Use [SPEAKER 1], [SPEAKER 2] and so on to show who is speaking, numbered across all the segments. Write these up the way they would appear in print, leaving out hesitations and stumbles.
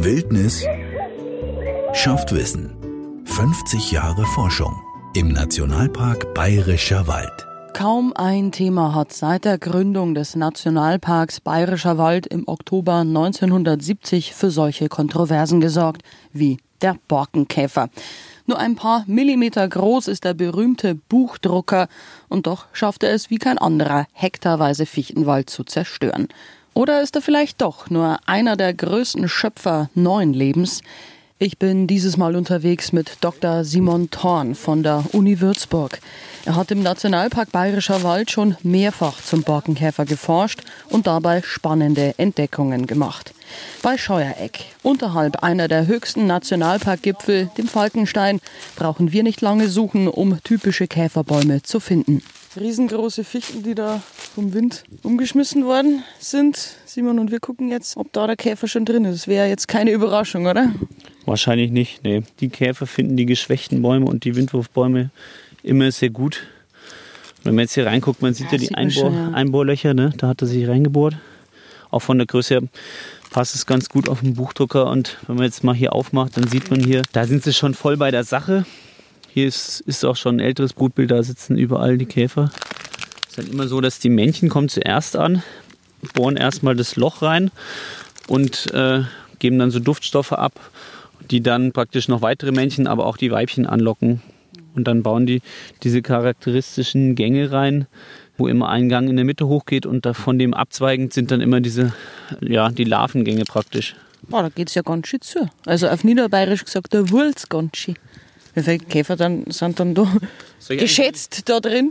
[SPEAKER 1] Wildnis schafft Wissen. 50 Jahre Forschung im Nationalpark Bayerischer Wald.
[SPEAKER 2] Kaum ein Thema hat seit der Gründung des Nationalparks Bayerischer Wald im Oktober 1970 für solche Kontroversen gesorgt wie der Borkenkäfer. Nur ein paar Millimeter groß ist der berühmte Buchdrucker und doch schafft er es wie kein anderer, hektarweise Fichtenwald zu zerstören. Oder ist er vielleicht doch nur einer der größten Schöpfer neuen Lebens? Ich bin dieses Mal unterwegs mit Dr. Simon Thorn von der Uni Würzburg. Er hat im Nationalpark Bayerischer Wald schon mehrfach zum Borkenkäfer geforscht und dabei spannende Entdeckungen gemacht. Bei Scheuereck, unterhalb einer der höchsten Nationalparkgipfel, dem Falkenstein, brauchen wir nicht lange suchen, um typische Käferbäume zu finden. Riesengroße Fichten, die da vom Wind umgeschmissen worden sind. Simon, und wir gucken jetzt, ob da der Käfer schon drin ist. Das wäre jetzt keine Überraschung, oder?
[SPEAKER 3] Wahrscheinlich nicht, nee. Die Käfer finden die geschwächten Bäume und die Windwurfbäume immer sehr gut. Wenn man jetzt hier reinguckt, man sieht ja die Einbohrlöcher, ne? Da hat er sich reingebohrt. Auch von der Größe her passt es ganz gut auf den Buchdrucker. Und wenn man jetzt mal hier aufmacht, dann sieht man hier, da sind sie schon voll bei der Sache. Hier ist auch schon ein älteres Brutbild, da sitzen überall die Käfer. Es ist dann immer so, dass die Männchen kommen zuerst an, bohren erstmal das Loch rein und geben dann so Duftstoffe ab, die dann praktisch noch weitere Männchen, aber auch die Weibchen anlocken. Und dann bauen die diese charakteristischen Gänge rein, wo immer ein Gang in der Mitte hochgeht und von dem abzweigend sind dann immer die Larvengänge praktisch.
[SPEAKER 2] Boah, da geht's ja ganz schön zu. Also auf Niederbayerisch gesagt, da wurzelt's ganz schön. Wie viele Käfer sind dann da geschätzt da drin?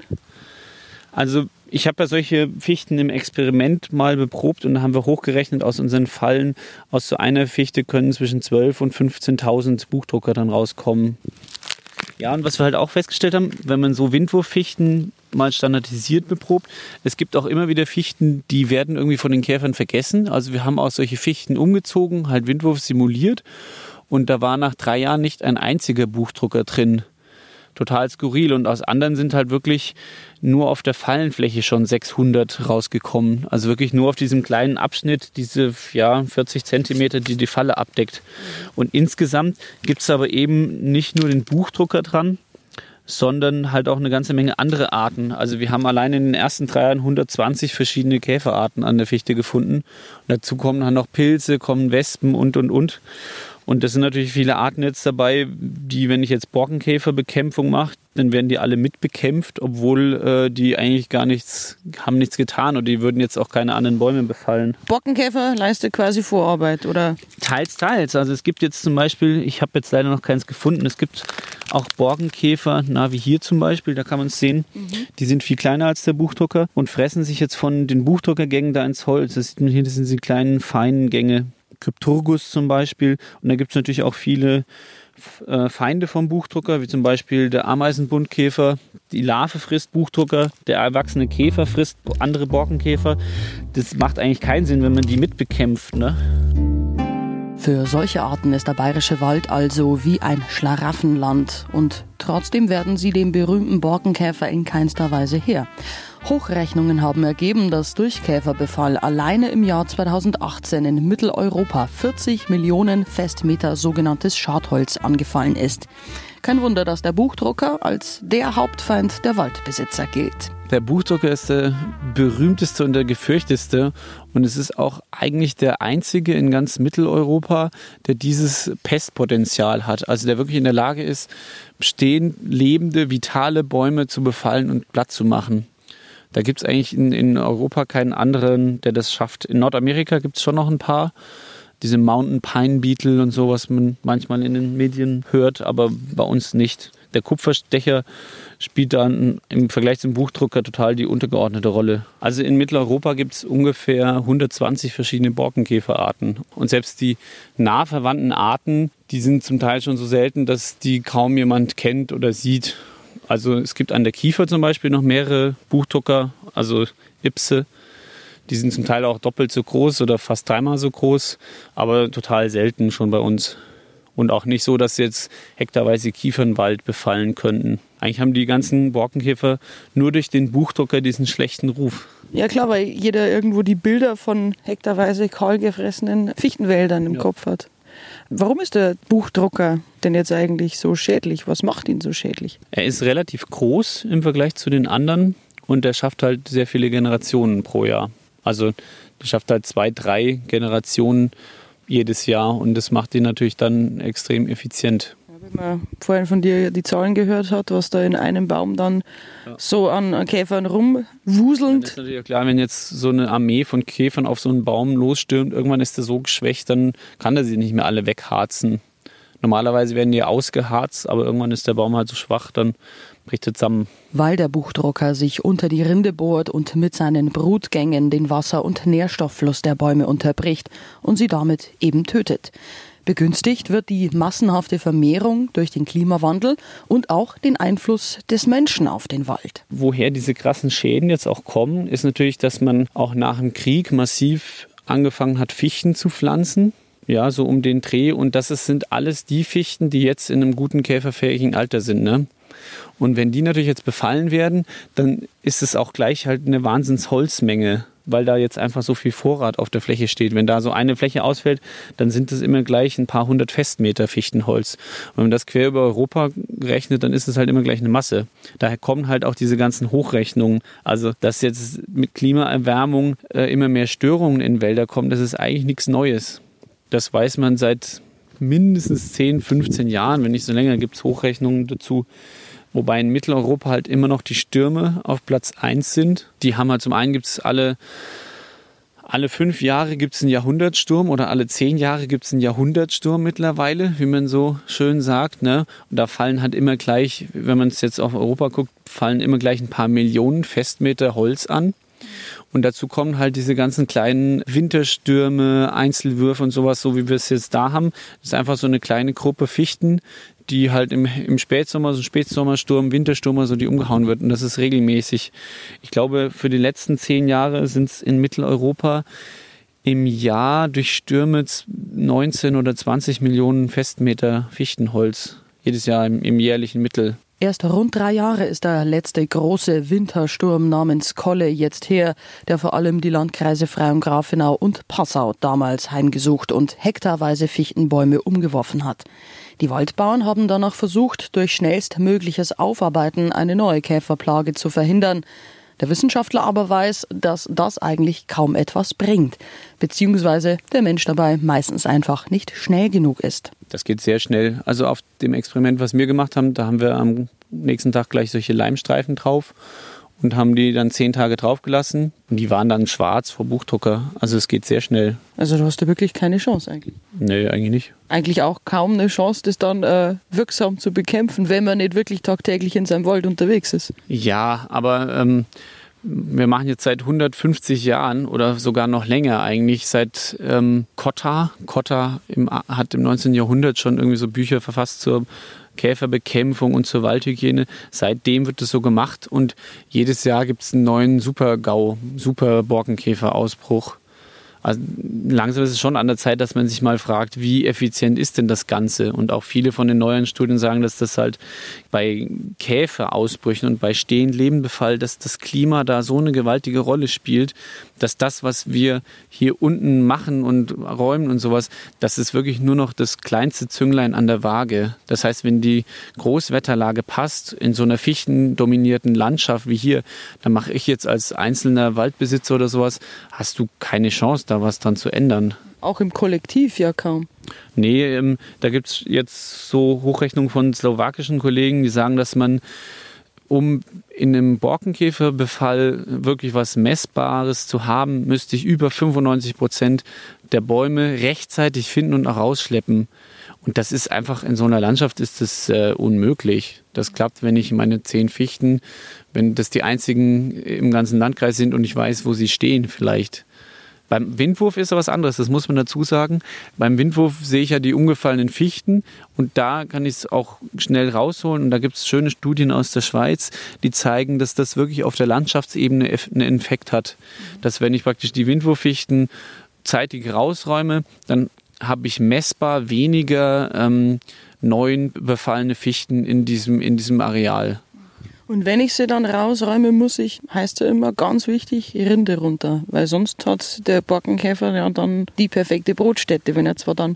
[SPEAKER 3] Also ich habe ja solche Fichten im Experiment mal beprobt und da haben wir hochgerechnet aus unseren Fallen. Aus so einer Fichte können zwischen 12.000 und 15.000 Buchdrucker dann rauskommen. Ja, und was wir halt auch festgestellt haben, wenn man so Windwurffichten mal standardisiert beprobt, es gibt auch immer wieder Fichten, die werden irgendwie von den Käfern vergessen. Also wir haben auch solche Fichten umgezogen, halt Windwurf simuliert. Und da war nach 3 Jahren nicht ein einziger Buchdrucker drin. Total skurril. Und aus anderen sind halt wirklich nur auf der Fallenfläche schon 600 rausgekommen. Also wirklich nur auf diesem kleinen Abschnitt, diese 40 Zentimeter, die die Falle abdeckt. Und insgesamt gibt es aber eben nicht nur den Buchdrucker dran, sondern halt auch eine ganze Menge andere Arten. Also wir haben allein in den ersten 3 Jahren 120 verschiedene Käferarten an der Fichte gefunden. Und dazu kommen dann noch Pilze, kommen Wespen und. Und das sind natürlich viele Arten jetzt dabei, die, wenn ich jetzt Borkenkäferbekämpfung mache, dann werden die alle mitbekämpft, obwohl die eigentlich haben nichts getan und die würden jetzt auch keine anderen Bäume befallen.
[SPEAKER 2] Borkenkäfer leistet quasi Vorarbeit, oder?
[SPEAKER 3] Teils. Also es gibt jetzt zum Beispiel, ich habe jetzt leider noch keins gefunden, es gibt auch Borkenkäfer, wie hier zum Beispiel, da kann man es sehen, die sind viel kleiner als der Buchdrucker und fressen sich jetzt von den Buchdruckergängen da ins Holz. Das sieht man hier, das sind die kleinen, feinen Gänge. Crypturgus zum Beispiel. Und da gibt es natürlich auch viele Feinde vom Buchdrucker, wie zum Beispiel der Ameisenbuntkäfer. Die Larve frisst Buchdrucker, der erwachsene Käfer frisst andere Borkenkäfer. Das macht eigentlich keinen Sinn, wenn man die mitbekämpft, ne?
[SPEAKER 2] Für solche Arten ist der Bayerische Wald also wie ein Schlaraffenland. Und trotzdem werden sie dem berühmten Borkenkäfer in keinster Weise Herr. Hochrechnungen haben ergeben, dass durch Käferbefall alleine im Jahr 2018 in Mitteleuropa 40 Millionen Festmeter sogenanntes Schadholz angefallen ist. Kein Wunder, dass der Buchdrucker als der Hauptfeind der Waldbesitzer gilt.
[SPEAKER 3] Der Buchdrucker ist der berühmteste und der gefürchtetste und es ist auch eigentlich der einzige in ganz Mitteleuropa, der dieses Pestpotenzial hat. Also der wirklich in der Lage ist, stehend lebende, vitale Bäume zu befallen und platt zu machen. Da gibt es eigentlich in Europa keinen anderen, der das schafft. In Nordamerika gibt es schon noch ein paar. Diese Mountain Pine Beetle und so, was man manchmal in den Medien hört, aber bei uns nicht. Der Kupferstecher spielt dann im Vergleich zum Buchdrucker total die untergeordnete Rolle. Also in Mitteleuropa gibt es ungefähr 120 verschiedene Borkenkäferarten. Und selbst die nah verwandten Arten, die sind zum Teil schon so selten, dass die kaum jemand kennt oder sieht. Also es gibt an der Kiefer zum Beispiel noch mehrere Buchdrucker, also Ipse. Die sind zum Teil auch doppelt so groß oder fast 3-mal so groß, aber total selten schon bei uns. Und auch nicht so, dass sie jetzt hektarweise Kiefernwald befallen könnten. Eigentlich haben die ganzen Borkenkäfer nur durch den Buchdrucker diesen schlechten Ruf.
[SPEAKER 2] Ja klar, weil jeder irgendwo die Bilder von hektarweise kahl gefressenen Fichtenwäldern im Kopf hat. Warum ist der Buchdrucker denn jetzt eigentlich so schädlich? Was macht ihn so schädlich?
[SPEAKER 3] Er ist relativ groß im Vergleich zu den anderen und er schafft halt sehr viele Generationen pro Jahr. Also er schafft halt 2, 3 Generationen jedes Jahr und das macht ihn natürlich dann extrem effizient.
[SPEAKER 2] Wenn man vorhin von dir die Zahlen gehört hat, was da in einem Baum dann so an Käfern rumwuselnd.
[SPEAKER 3] Das ist natürlich auch klar, wenn jetzt so eine Armee von Käfern auf so einen Baum losstürmt, irgendwann ist der so geschwächt, dann kann er sie nicht mehr alle wegharzen. Normalerweise werden die ausgeharzt, aber irgendwann ist der Baum halt so schwach, dann bricht er zusammen.
[SPEAKER 2] Weil der Buchdrucker sich unter die Rinde bohrt und mit seinen Brutgängen den Wasser- und Nährstofffluss der Bäume unterbricht und sie damit eben tötet. Begünstigt wird die massenhafte Vermehrung durch den Klimawandel und auch den Einfluss des Menschen auf den Wald.
[SPEAKER 3] Woher diese krassen Schäden jetzt auch kommen, ist natürlich, dass man auch nach dem Krieg massiv angefangen hat, Fichten zu pflanzen. Ja, so um den Dreh. Und sind alles die Fichten, die jetzt in einem guten käferfähigen Alter sind. Ne? Und wenn die natürlich jetzt befallen werden, dann ist es auch gleich halt eine Wahnsinnsholzmenge, weil da jetzt einfach so viel Vorrat auf der Fläche steht. Wenn da so eine Fläche ausfällt, dann sind es immer gleich ein paar 100 Festmeter Fichtenholz. Und wenn man das quer über Europa rechnet, dann ist es halt immer gleich eine Masse. Daher kommen halt auch diese ganzen Hochrechnungen. Also, dass jetzt mit Klimaerwärmung immer mehr Störungen in Wälder kommen, das ist eigentlich nichts Neues. Das weiß man seit mindestens 10, 15 Jahren. Wenn nicht so länger, gibt es Hochrechnungen dazu. Wobei in Mitteleuropa halt immer noch die Stürme auf Platz 1 sind. Die haben halt zum einen gibt es alle 5 Jahre gibt es einen Jahrhundertsturm oder alle 10 Jahre gibt es einen Jahrhundertsturm mittlerweile, wie man so schön sagt. Ne? Und da fallen halt immer gleich, wenn man es jetzt auf Europa guckt, fallen immer gleich ein paar Millionen Festmeter Holz an. Und dazu kommen halt diese ganzen kleinen Winterstürme, Einzelwürfe und sowas, so wie wir es jetzt da haben. Das ist einfach so eine kleine Gruppe Fichten, die halt im Spätsommer, so Spätsommersturm, Wintersturm, so die umgehauen wird. Und das ist regelmäßig. Ich glaube, für die letzten 10 Jahre sind es in Mitteleuropa im Jahr durch Stürme 19 oder 20 Millionen Festmeter Fichtenholz. Jedes Jahr im jährlichen Mittel.
[SPEAKER 2] Erst rund 3 Jahre ist der letzte große Wintersturm namens Kolle jetzt her, der vor allem die Landkreise Frauengrafenau und Passau damals heimgesucht und hektarweise Fichtenbäume umgeworfen hat. Die Waldbauern haben danach versucht, durch schnellstmögliches Aufarbeiten eine neue Käferplage zu verhindern. Der Wissenschaftler aber weiß, dass das eigentlich kaum etwas bringt, beziehungsweise der Mensch dabei meistens einfach nicht schnell genug ist.
[SPEAKER 3] Das geht sehr schnell. Also auf dem Experiment, was wir gemacht haben, da haben wir am nächsten Tag gleich solche Leimstreifen drauf und haben die dann 10 Tage draufgelassen. Und die waren dann schwarz vor Buchdrucker. Also es geht sehr schnell.
[SPEAKER 2] Also du hast da wirklich keine Chance eigentlich?
[SPEAKER 3] Nee, eigentlich nicht.
[SPEAKER 2] Eigentlich auch kaum eine Chance, das dann wirksam zu bekämpfen, wenn man nicht wirklich tagtäglich in seinem Wald unterwegs ist.
[SPEAKER 3] Ja, aber wir machen jetzt seit 150 Jahren oder sogar noch länger eigentlich, seit Cotta. Cotta hat im 19. Jahrhundert schon irgendwie so Bücher verfasst zur Käferbekämpfung und zur Waldhygiene. Seitdem wird es so gemacht und jedes Jahr gibt es einen neuen Super-Borkenkäferausbruch. Also langsam ist es schon an der Zeit, dass man sich mal fragt, wie effizient ist denn das Ganze? Und auch viele von den neuen Studien sagen, dass das halt bei Käferausbrüchen und bei Stehen-Leben-Befall, dass das Klima da so eine gewaltige Rolle spielt, dass das, was wir hier unten machen und räumen und sowas, das ist wirklich nur noch das kleinste Zünglein an der Waage. Das heißt, wenn die Großwetterlage passt in so einer fichtendominierten Landschaft wie hier, dann mache ich jetzt als einzelner Waldbesitzer oder sowas, hast du keine Chance, da was dran zu ändern.
[SPEAKER 2] Auch im Kollektiv ja kaum.
[SPEAKER 3] Nee, da gibt es jetzt so Hochrechnungen von slowakischen Kollegen, die sagen, dass man, um in einem Borkenkäferbefall wirklich was Messbares zu haben, müsste ich über 95% der Bäume rechtzeitig finden und auch rausschleppen. Und das ist einfach, in so einer Landschaft ist das unmöglich. Das klappt, wenn ich meine 10 Fichten, wenn das die einzigen im ganzen Landkreis sind und ich weiß, wo sie stehen vielleicht. Beim Windwurf ist ja was anderes, das muss man dazu sagen. Beim Windwurf sehe ich ja die umgefallenen Fichten und da kann ich es auch schnell rausholen. Und da gibt es schöne Studien aus der Schweiz, die zeigen, dass das wirklich auf der Landschaftsebene einen Effekt hat. Dass wenn ich praktisch die Windwurffichten zeitig rausräume, dann habe ich messbar weniger neuen befallene Fichten in diesem Areal.
[SPEAKER 2] Und wenn ich sie dann rausräume, heißt ja immer ganz wichtig, Rinde runter. Weil sonst hat der Borkenkäfer ja dann die perfekte Brutstätte. Wenn er zwar dann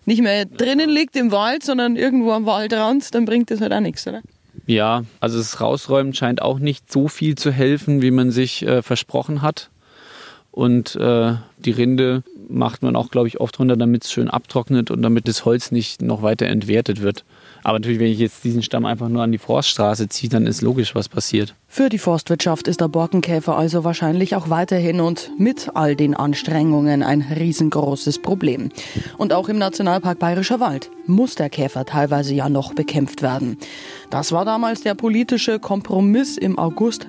[SPEAKER 2] nicht mehr drinnen liegt im Wald, sondern irgendwo am Waldrand, dann bringt das halt auch nichts, oder?
[SPEAKER 3] Ja, also das Rausräumen scheint auch nicht so viel zu helfen, wie man sich versprochen hat. Und die Rinde macht man auch, glaube ich, oft runter, damit es schön abtrocknet und damit das Holz nicht noch weiter entwertet wird. Aber natürlich, wenn ich jetzt diesen Stamm einfach nur an die Forststraße ziehe, dann ist logisch, was passiert.
[SPEAKER 2] Für die Forstwirtschaft ist der Borkenkäfer also wahrscheinlich auch weiterhin und mit all den Anstrengungen ein riesengroßes Problem. Und auch im Nationalpark Bayerischer Wald muss der Käfer teilweise ja noch bekämpft werden. Das war damals der politische Kompromiss im August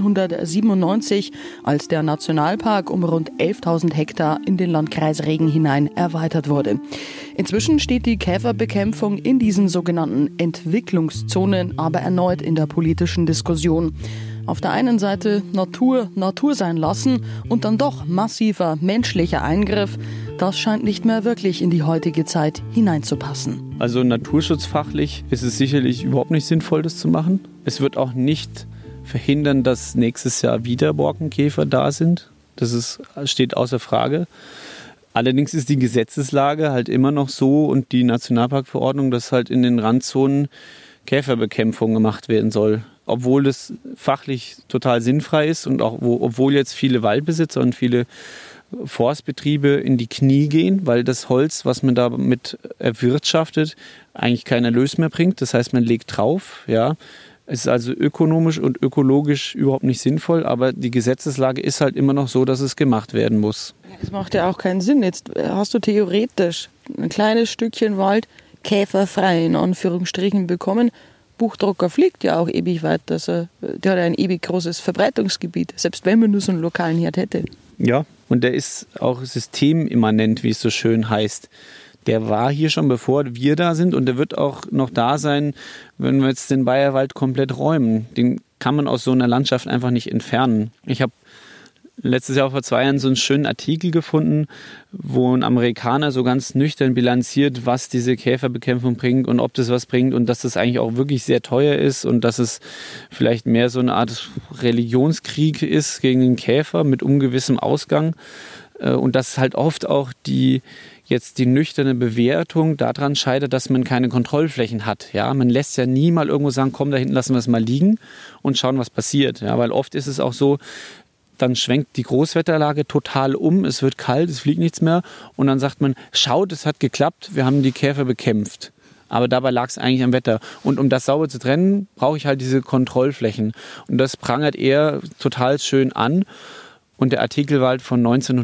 [SPEAKER 2] 1997, als der Nationalpark um rund 11.000 Hektar in den Landkreis Regen hinein erweitert wurde. Inzwischen steht die Käferbekämpfung in diesen sogenannten Entwicklungszonen aber erneut in der politischen Diskussion. Auf der einen Seite Natur sein lassen und dann doch massiver menschlicher Eingriff, das scheint nicht mehr wirklich in die heutige Zeit hineinzupassen.
[SPEAKER 3] Also naturschutzfachlich ist es sicherlich überhaupt nicht sinnvoll, das zu machen. Es wird auch nicht verhindern, dass nächstes Jahr wieder Borkenkäfer da sind. Das steht außer Frage. Allerdings ist die Gesetzeslage halt immer noch so und die Nationalparkverordnung, dass halt in den Randzonen Käferbekämpfung gemacht werden soll. Obwohl das fachlich total sinnfrei ist und auch obwohl jetzt viele Waldbesitzer und viele Forstbetriebe in die Knie gehen, weil das Holz, was man damit erwirtschaftet, eigentlich keinen Erlös mehr bringt. Das heißt, man legt drauf. Ja. Es ist also ökonomisch und ökologisch überhaupt nicht sinnvoll, aber die Gesetzeslage ist halt immer noch so, dass es gemacht werden muss.
[SPEAKER 2] Das macht ja auch keinen Sinn. Jetzt hast du theoretisch ein kleines Stückchen Wald käferfrei in Anführungsstrichen bekommen. Buchdrucker fliegt ja auch ewig weit. Der hat ein ewig großes Verbreitungsgebiet, selbst wenn man nur so einen lokalen Herd hätte.
[SPEAKER 3] Ja, und der ist auch systemimmanent, wie es so schön heißt. Der war hier schon, bevor wir da sind und der wird auch noch da sein, wenn wir jetzt den Bayerwald komplett räumen. Den kann man aus so einer Landschaft einfach nicht entfernen. Ich habe letztes Jahr vor 2 Jahren so einen schönen Artikel gefunden, wo ein Amerikaner so ganz nüchtern bilanziert, was diese Käferbekämpfung bringt und ob das was bringt und dass das eigentlich auch wirklich sehr teuer ist und dass es vielleicht mehr so eine Art Religionskrieg ist gegen den Käfer mit ungewissem Ausgang und dass halt oft auch die nüchterne Bewertung daran scheitert, dass man keine Kontrollflächen hat. Ja, man lässt ja nie mal irgendwo sagen, komm, da hinten lassen wir es mal liegen und schauen, was passiert. Ja, weil oft ist es auch so, dann schwenkt die Großwetterlage total um, es wird kalt, es fliegt nichts mehr und dann sagt man, schaut, es hat geklappt, wir haben die Käfer bekämpft. Aber dabei lag es eigentlich am Wetter. Und um das sauber zu trennen, brauche ich halt diese Kontrollflächen. Und das prangert er total schön an. Und der Artikel war halt von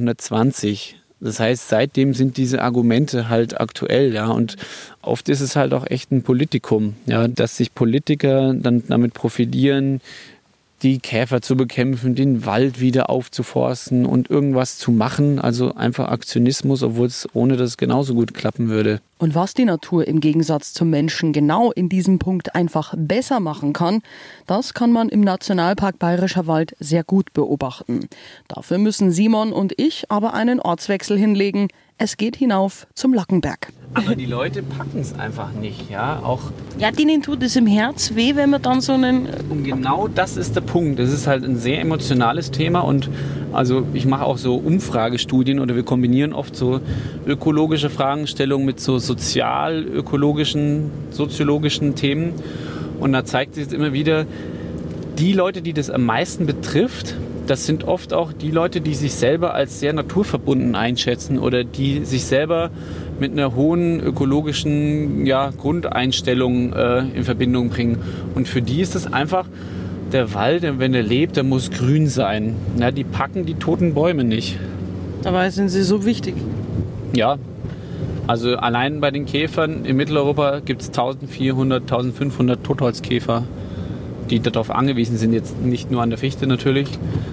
[SPEAKER 3] 1920. Das heißt, seitdem sind diese Argumente halt aktuell, ja. Und oft ist es halt auch echt ein Politikum, ja, dass sich Politiker dann damit profilieren, die Käfer zu bekämpfen, den Wald wieder aufzuforsten und irgendwas zu machen. Also einfach Aktionismus, obwohl es ohne das genauso gut klappen würde.
[SPEAKER 2] Und was die Natur im Gegensatz zum Menschen genau in diesem Punkt einfach besser machen kann, das kann man im Nationalpark Bayerischer Wald sehr gut beobachten. Dafür müssen Simon und ich aber einen Ortswechsel hinlegen. Es geht hinauf zum Lackenberg.
[SPEAKER 3] Aber die Leute packen es einfach nicht, ja.
[SPEAKER 2] Ja, denen tut es im Herz weh, wenn man dann so einen...
[SPEAKER 3] Und genau das ist der Punkt. Das ist halt ein sehr emotionales Thema und also ich mache auch so Umfragestudien oder wir kombinieren oft so ökologische Fragestellungen mit so sozial-ökologischen, soziologischen Themen und da zeigt sich jetzt immer wieder, die Leute, die das am meisten betrifft, das sind oft auch die Leute, die sich selber als sehr naturverbunden einschätzen oder die sich selber mit einer hohen ökologischen Grundeinstellung in Verbindung bringen. Und für die ist es einfach, der Wald, wenn er lebt, der muss grün sein. Ja, die packen die toten Bäume nicht.
[SPEAKER 2] Dabei sind sie so wichtig.
[SPEAKER 3] Ja, also allein bei den Käfern in Mitteleuropa gibt es 1400, 1500 Totholzkäfer, die darauf angewiesen sind, jetzt nicht nur an der Fichte natürlich.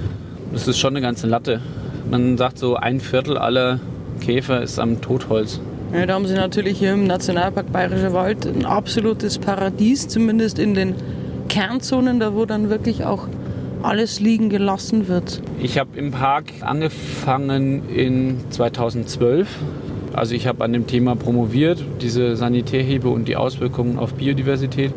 [SPEAKER 3] Das ist schon eine ganze Latte. Man sagt so, 1/4 aller Käfer ist am Totholz.
[SPEAKER 2] Ja, da haben sie natürlich hier im Nationalpark Bayerischer Wald ein absolutes Paradies, zumindest in den Kernzonen, da wo dann wirklich auch alles liegen gelassen wird.
[SPEAKER 3] Ich habe im Park angefangen in 2012. Also ich habe an dem Thema promoviert, diese Sanitärhebe und die Auswirkungen auf Biodiversität.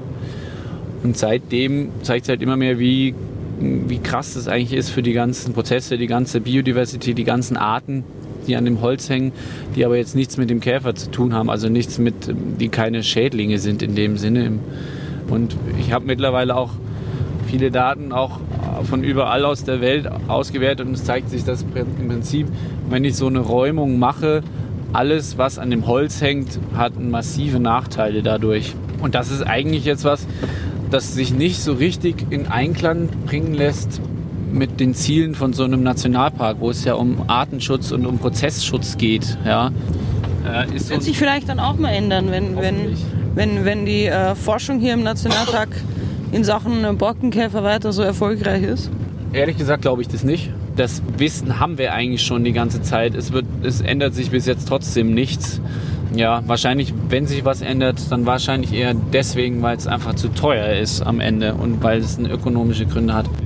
[SPEAKER 3] Und seitdem zeigt es halt immer mehr, wie krass das eigentlich ist für die ganzen Prozesse, die ganze Biodiversität, die ganzen Arten. die an dem Holz hängen, die aber jetzt nichts mit dem Käfer zu tun haben, also nichts mit, die keine Schädlinge sind in dem Sinne. Und ich habe mittlerweile auch viele Daten auch von überall aus der Welt ausgewertet und es zeigt sich, dass im Prinzip, wenn ich so eine Räumung mache, alles, was an dem Holz hängt, hat massive Nachteile dadurch. Und das ist eigentlich jetzt was, das sich nicht so richtig in Einklang bringen lässt mit den Zielen von so einem Nationalpark, wo es ja um Artenschutz und um Prozessschutz geht. Ja.
[SPEAKER 2] Das wird sich vielleicht dann auch mal ändern, wenn die Forschung hier im Nationalpark in Sachen Borkenkäfer weiter so erfolgreich ist?
[SPEAKER 3] Ehrlich gesagt glaube ich das nicht. Das Wissen haben wir eigentlich schon die ganze Zeit. Es ändert sich bis jetzt trotzdem nichts. Ja, wahrscheinlich, wenn sich was ändert, dann wahrscheinlich eher deswegen, weil es einfach zu teuer ist am Ende und weil es ökonomische Gründe hat.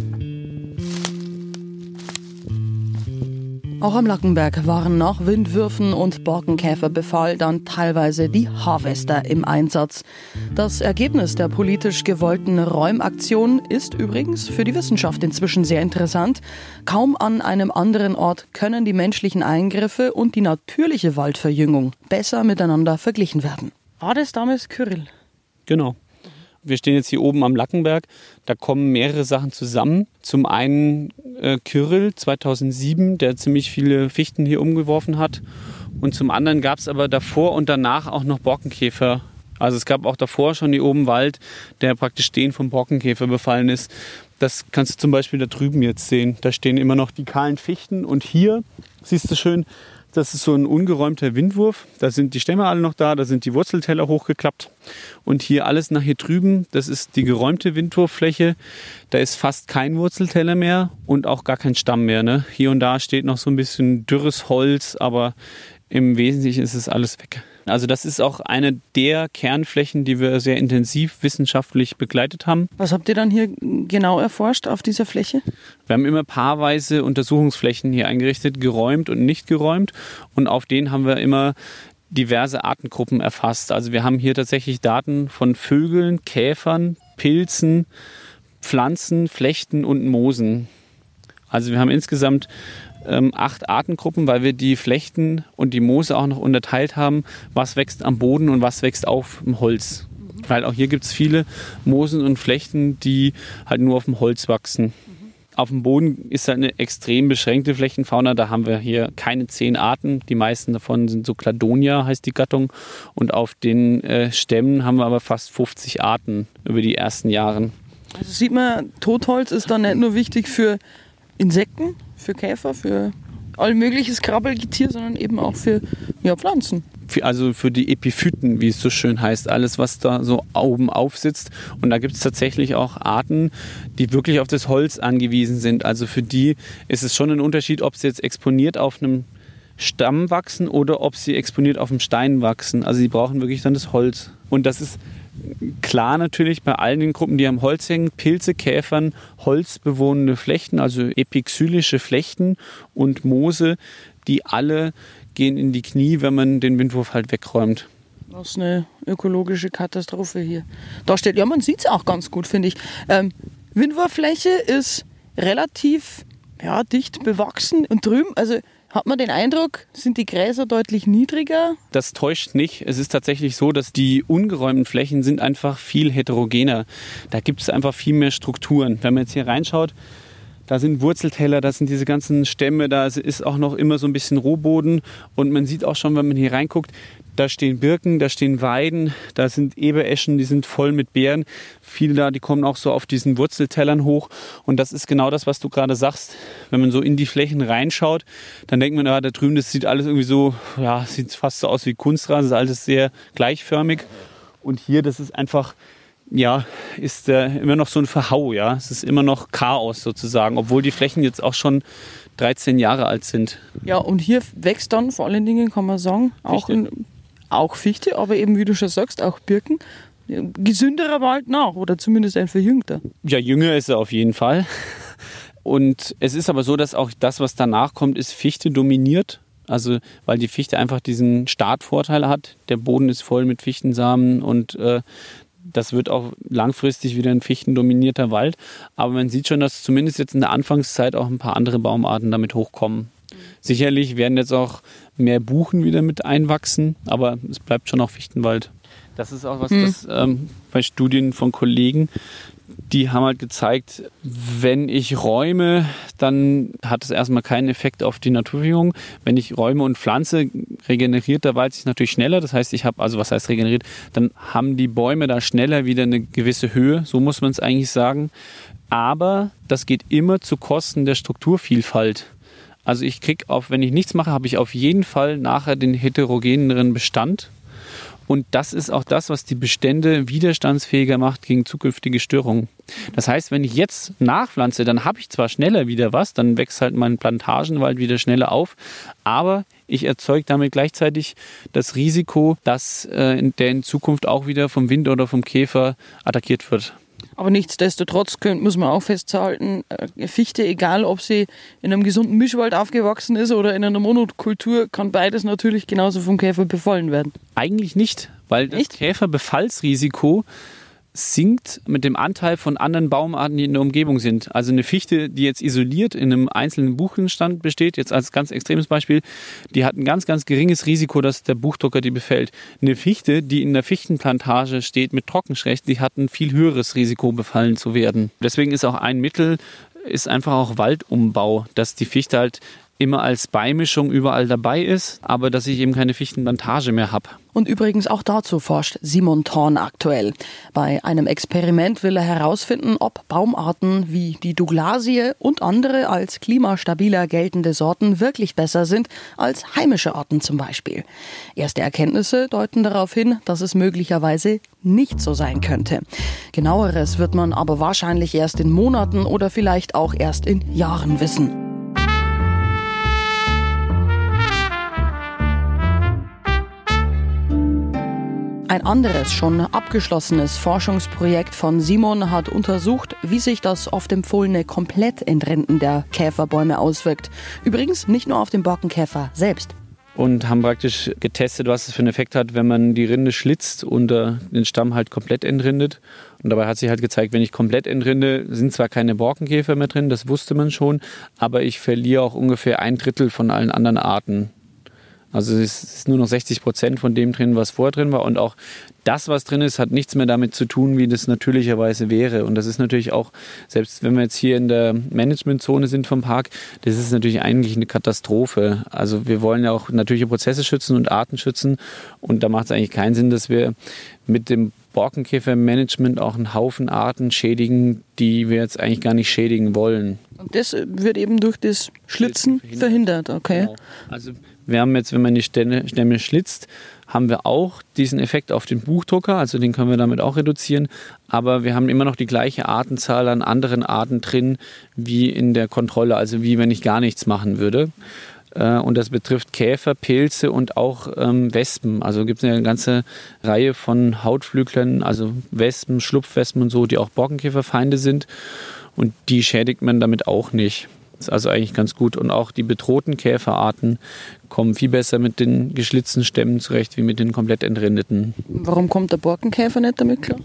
[SPEAKER 2] Auch am Lackenberg waren nach Windwürfen und Borkenkäferbefall dann teilweise die Harvester im Einsatz. Das Ergebnis der politisch gewollten Räumaktion ist übrigens für die Wissenschaft inzwischen sehr interessant. Kaum an einem anderen Ort können die menschlichen Eingriffe und die natürliche Waldverjüngung besser miteinander verglichen werden. War das damals Kyrill?
[SPEAKER 3] Genau. Wir stehen jetzt hier oben am Lackenberg. Da kommen mehrere Sachen zusammen. Zum einen Kyrill 2007, der ziemlich viele Fichten hier umgeworfen hat. Und zum anderen gab es aber davor und danach auch noch Borkenkäfer. Also es gab auch davor schon hier oben Wald, der praktisch den vom Borkenkäfer befallen ist. Das kannst du zum Beispiel da drüben jetzt sehen. Da stehen immer noch die kahlen Fichten. Und hier siehst du schön, das ist so ein ungeräumter Windwurf. Da sind die Stämme alle noch da sind die Wurzelteller hochgeklappt. Und hier alles nach hier drüben, das ist die geräumte Windwurffläche. Da ist fast kein Wurzelteller mehr und auch gar kein Stamm mehr. Ne? Hier und da steht noch so ein bisschen dürres Holz, aber im Wesentlichen ist es alles weg. Also das ist auch eine der Kernflächen, die wir sehr intensiv wissenschaftlich begleitet haben.
[SPEAKER 2] Was habt ihr dann hier genau erforscht auf dieser Fläche?
[SPEAKER 3] Wir haben immer paarweise Untersuchungsflächen hier eingerichtet, geräumt und nicht geräumt. Und auf denen haben wir immer diverse Artengruppen erfasst. Also wir haben hier tatsächlich Daten von Vögeln, Käfern, Pilzen, Pflanzen, Flechten und Moosen. Also wir haben insgesamt 8 Artengruppen, weil wir die Flechten und die Moose auch noch unterteilt haben, was wächst am Boden und was wächst auf dem Holz. Weil auch hier gibt es viele Moosen und Flechten, die halt nur auf dem Holz wachsen. Auf dem Boden ist halt eine extrem beschränkte Flächenfauna. Da haben wir hier keine 10 Arten. Die meisten davon sind so Cladonia, heißt die Gattung. Und auf den Stämmen haben wir aber fast 50 Arten über die ersten Jahre.
[SPEAKER 2] Also sieht man, Totholz ist dann nicht nur wichtig für Insekten, für Käfer, für all mögliches Krabbelgetier, sondern eben auch für Pflanzen.
[SPEAKER 3] Also für die Epiphyten, wie es so schön heißt, alles, was da so oben aufsitzt. Und da gibt es tatsächlich auch Arten, die wirklich auf das Holz angewiesen sind. Also für die ist es schon ein Unterschied, ob sie jetzt exponiert auf einem Stamm wachsen oder ob sie exponiert auf dem Stein wachsen. Also sie brauchen wirklich dann das Holz. Und das ist klar natürlich bei allen den Gruppen, die am Holz hängen, Pilze, Käfern, holzbewohnende Flechten, also epixylische Flechten und Moose, die alle gehen in die Knie, wenn man den Windwurf halt wegräumt.
[SPEAKER 2] Das ist eine ökologische Katastrophe hier. Da steht, ja, man sieht es auch ganz gut, finde ich. Windwurffläche ist relativ dicht bewachsen und drüben, also hat man den Eindruck, sind die Gräser deutlich niedriger?
[SPEAKER 3] Das täuscht nicht. Es ist tatsächlich so, dass die ungeräumten Flächen sind einfach viel heterogener. Da gibt es einfach viel mehr Strukturen. Wenn man jetzt hier reinschaut, da sind Wurzelteller, da sind diese ganzen Stämme, da ist auch noch immer so ein bisschen Rohboden. Und man sieht auch schon, wenn man hier reinguckt, da stehen Birken, da stehen Weiden, da sind Ebereschen, die sind voll mit Beeren. Viele da, die kommen auch so auf diesen Wurzeltellern hoch. Und das ist genau das, was du gerade sagst. Wenn man so in die Flächen reinschaut, dann denkt man, da drüben, das sieht alles irgendwie so, sieht fast so aus wie Kunstrasen, das ist alles sehr gleichförmig. Und hier, das ist einfach, ist immer noch so ein Verhau, Es ist immer noch Chaos sozusagen, obwohl die Flächen jetzt auch schon 13 Jahre alt sind.
[SPEAKER 2] Ja, und hier wächst dann vor allen Dingen, kann man sagen, auch Fichte, aber eben, wie du schon sagst, auch Birken. Gesünderer Wald nach oder zumindest ein verjüngter.
[SPEAKER 3] Ja, jünger ist er auf jeden Fall. Und es ist aber so, dass auch das, was danach kommt, ist Fichte dominiert. Also weil die Fichte einfach diesen Startvorteil hat. Der Boden ist voll mit Fichtensamen und das wird auch langfristig wieder ein fichtendominierter Wald. Aber man sieht schon, dass zumindest jetzt in der Anfangszeit auch ein paar andere Baumarten damit hochkommen. Sicherlich werden jetzt auch mehr Buchen wieder mit einwachsen, aber es bleibt schon auch Fichtenwald. Das ist auch was, das bei Studien von Kollegen, die haben halt gezeigt, wenn ich räume, dann hat es erstmal keinen Effekt auf die Naturverjüngung. Wenn ich räume und pflanze, regeneriert der Wald sich natürlich schneller. Das heißt, was heißt regeneriert? Dann haben die Bäume da schneller wieder eine gewisse Höhe, so muss man es eigentlich sagen. Aber das geht immer zu Kosten der Strukturvielfalt. Also wenn ich nichts mache, habe ich auf jeden Fall nachher den heterogeneren Bestand. Und das ist auch das, was die Bestände widerstandsfähiger macht gegen zukünftige Störungen. Das heißt, wenn ich jetzt nachpflanze, dann habe ich zwar schneller wieder was, dann wächst halt mein Plantagenwald wieder schneller auf, aber ich erzeuge damit gleichzeitig das Risiko, dass der in Zukunft auch wieder vom Wind oder vom Käfer attackiert wird.
[SPEAKER 2] Aber nichtsdestotrotz muss man auch festhalten, Fichte, egal ob sie in einem gesunden Mischwald aufgewachsen ist oder in einer Monokultur, kann beides natürlich genauso vom Käfer befallen werden.
[SPEAKER 3] Eigentlich nicht, weil das Käferbefallsrisiko sinkt mit dem Anteil von anderen Baumarten, die in der Umgebung sind. Also eine Fichte, die jetzt isoliert in einem einzelnen Buchenstand besteht, jetzt als ganz extremes Beispiel, die hat ein ganz, ganz geringes Risiko, dass der Buchdrucker die befällt. Eine Fichte, die in der Fichtenplantage steht mit Trockenschrecht, die hat ein viel höheres Risiko, befallen zu werden. Deswegen ist auch ein Mittel, ist einfach auch Waldumbau, dass die Fichte halt immer als Beimischung überall dabei ist, aber dass ich eben keine Fichtenplantage mehr habe.
[SPEAKER 2] Und übrigens auch dazu forscht Simon Thorn aktuell. Bei einem Experiment will er herausfinden, ob Baumarten wie die Douglasie und andere als klimastabiler geltende Sorten wirklich besser sind als heimische Arten zum Beispiel. Erste Erkenntnisse deuten darauf hin, dass es möglicherweise nicht so sein könnte. Genaueres wird man aber wahrscheinlich erst in Monaten oder vielleicht auch erst in Jahren wissen. Ein anderes, schon abgeschlossenes Forschungsprojekt von Simon hat untersucht, wie sich das oft empfohlene Komplettentrinden der Käferbäume auswirkt. Übrigens nicht nur auf den Borkenkäfer selbst.
[SPEAKER 3] Und haben praktisch getestet, was es für einen Effekt hat, wenn man die Rinde schlitzt und den Stamm halt komplett entrindet. Und dabei hat sich halt gezeigt, wenn ich komplett entrinde, sind zwar keine Borkenkäfer mehr drin, das wusste man schon, aber ich verliere auch ungefähr 1/3 von allen anderen Arten. Also es ist nur noch 60% von dem drin, was vorher drin war. Und auch das, was drin ist, hat nichts mehr damit zu tun, wie das natürlicherweise wäre. Und das ist natürlich auch, selbst wenn wir jetzt hier in der Managementzone sind vom Park, das ist natürlich eigentlich eine Katastrophe. Also wir wollen ja auch natürliche Prozesse schützen und Arten schützen. Und da macht es eigentlich keinen Sinn, dass wir mit dem Borkenkäfermanagement auch einen Haufen Arten schädigen, die wir jetzt eigentlich gar nicht schädigen wollen.
[SPEAKER 2] Und das wird eben durch das Schlitzen verhindert, okay.
[SPEAKER 3] Genau. Also wir haben jetzt, wenn man die Stämme schlitzt, haben wir auch diesen Effekt auf den Buchdrucker, also den können wir damit auch reduzieren, aber wir haben immer noch die gleiche Artenzahl an anderen Arten drin wie in der Kontrolle, also wie wenn ich gar nichts machen würde. Und das betrifft Käfer, Pilze und auch Wespen. Also gibt es eine ganze Reihe von Hautflüglern, also Wespen, Schlupfwespen und so, die auch Borkenkäferfeinde sind. Und die schädigt man damit auch nicht. Das ist also eigentlich ganz gut. Und auch die bedrohten Käferarten kommen viel besser mit den geschlitzten Stämmen zurecht, wie mit den komplett entrindeten.
[SPEAKER 2] Warum kommt der Borkenkäfer nicht damit klar?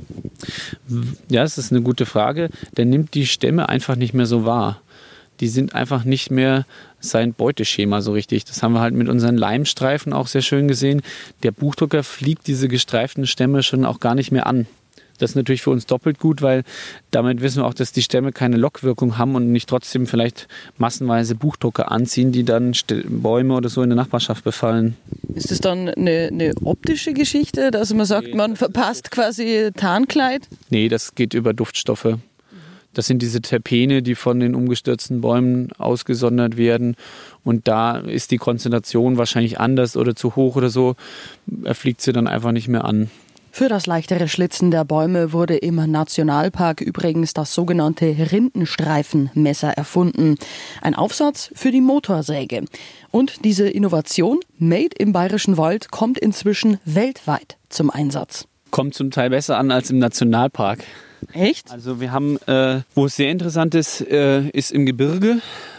[SPEAKER 3] Ja, das ist eine gute Frage. Der nimmt die Stämme einfach nicht mehr so wahr. Die sind einfach nicht mehr sein Beuteschema so richtig. Das haben wir halt mit unseren Leimstreifen auch sehr schön gesehen. Der Buchdrucker fliegt diese gestreiften Stämme schon auch gar nicht mehr an. Das ist natürlich für uns doppelt gut, weil damit wissen wir auch, dass die Stämme keine Lockwirkung haben und nicht trotzdem vielleicht massenweise Buchdrucker anziehen, die dann Bäume oder so in der Nachbarschaft befallen.
[SPEAKER 2] Ist das dann eine optische Geschichte, dass man sagt, man verpasst quasi Tarnkleid?
[SPEAKER 3] Nee, das geht über Duftstoffe. Das sind diese Terpene, die von den umgestürzten Bäumen ausgesondert werden. Und da ist die Konzentration wahrscheinlich anders oder zu hoch oder so. Er fliegt sie dann einfach nicht mehr an.
[SPEAKER 2] Für das leichtere Schlitzen der Bäume wurde im Nationalpark übrigens das sogenannte Rindenstreifenmesser erfunden. Ein Aufsatz für die Motorsäge. Und diese Innovation, made im Bayerischen Wald, kommt inzwischen weltweit zum Einsatz.
[SPEAKER 3] Kommt zum Teil besser an als im Nationalpark.
[SPEAKER 2] Echt?
[SPEAKER 3] Also wir haben, wo es sehr interessant ist, ist im Gebirge,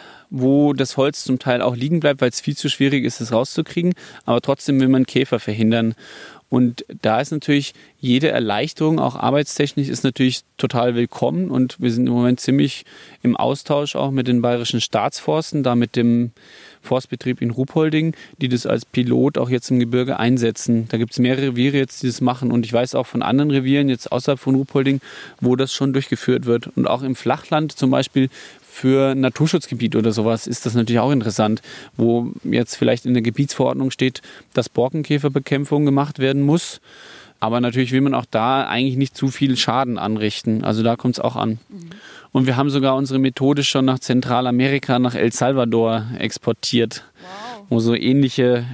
[SPEAKER 3] wo das Holz zum Teil auch liegen bleibt, weil es viel zu schwierig ist, es rauszukriegen. Aber trotzdem will man Käfer verhindern. Und da ist natürlich jede Erleichterung, auch arbeitstechnisch, ist natürlich total willkommen. Und wir sind im Moment ziemlich im Austausch auch mit den bayerischen Staatsforsten, da mit dem Forstbetrieb in Ruhpolding, die das als Pilot auch jetzt im Gebirge einsetzen. Da gibt es mehrere Reviere jetzt, die das machen. Und ich weiß auch von anderen Revieren jetzt außerhalb von Ruhpolding, wo das schon durchgeführt wird. Und auch im Flachland zum Beispiel für ein Naturschutzgebiet oder sowas ist das natürlich auch interessant, wo jetzt vielleicht in der Gebietsverordnung steht, dass Borkenkäferbekämpfung gemacht werden muss. Aber natürlich will man auch da eigentlich nicht zu viel Schaden anrichten. Also da kommt es auch an. Und wir haben sogar unsere Methode schon nach Zentralamerika, nach El Salvador exportiert, wo so ähnliche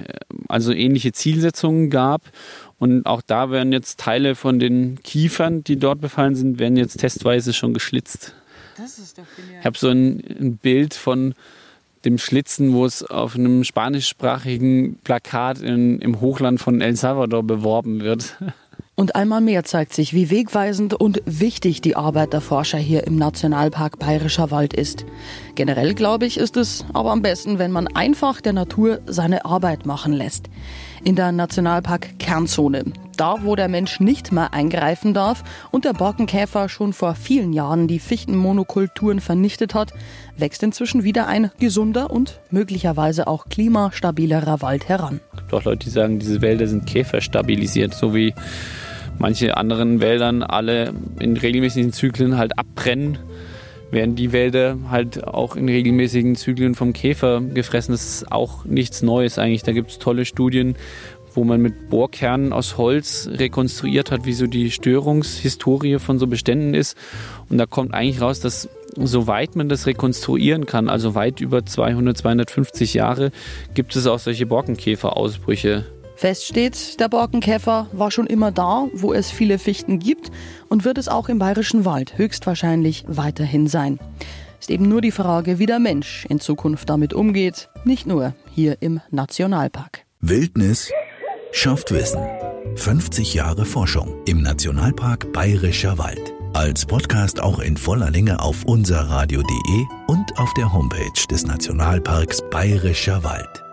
[SPEAKER 3] Zielsetzungen gab. Und auch da werden jetzt Teile von den Kiefern, die dort befallen sind, werden jetzt testweise schon geschlitzt. Das ist doch genial. Ich habe so ein Bild von dem Schlitzen, wo es auf einem spanischsprachigen Plakat im Hochland von El Salvador beworben wird.
[SPEAKER 2] Und einmal mehr zeigt sich, wie wegweisend und wichtig die Arbeit der Forscher hier im Nationalpark Bayerischer Wald ist. Generell, glaube ich, ist es aber am besten, wenn man einfach der Natur seine Arbeit machen lässt. In der Nationalpark Kernzone, da wo der Mensch nicht mehr eingreifen darf und der Borkenkäfer schon vor vielen Jahren die Fichtenmonokulturen vernichtet hat, wächst inzwischen wieder ein gesunder und möglicherweise auch klimastabilerer Wald heran.
[SPEAKER 3] Es gibt auch Leute, die sagen, diese Wälder sind käferstabilisiert, so wie manche anderen Wäldern alle in regelmäßigen Zyklen halt abbrennen, werden die Wälder halt auch in regelmäßigen Zyklen vom Käfer gefressen. Das ist auch nichts Neues eigentlich. Da gibt es tolle Studien, wo man mit Bohrkernen aus Holz rekonstruiert hat, wie so die Störungshistorie von so Beständen ist. Und da kommt eigentlich raus, dass soweit man das rekonstruieren kann, also weit über 200, 250 Jahre, gibt es auch solche Borkenkäferausbrüche.
[SPEAKER 2] Fest steht, der Borkenkäfer war schon immer da, wo es viele Fichten gibt und wird es auch im Bayerischen Wald höchstwahrscheinlich weiterhin sein. Ist eben nur die Frage, wie der Mensch in Zukunft damit umgeht, nicht nur hier im Nationalpark.
[SPEAKER 1] Wildnis schafft Wissen. 50 Jahre Forschung im Nationalpark Bayerischer Wald. Als Podcast auch in voller Länge auf unserradio.de und auf der Homepage des Nationalparks Bayerischer Wald.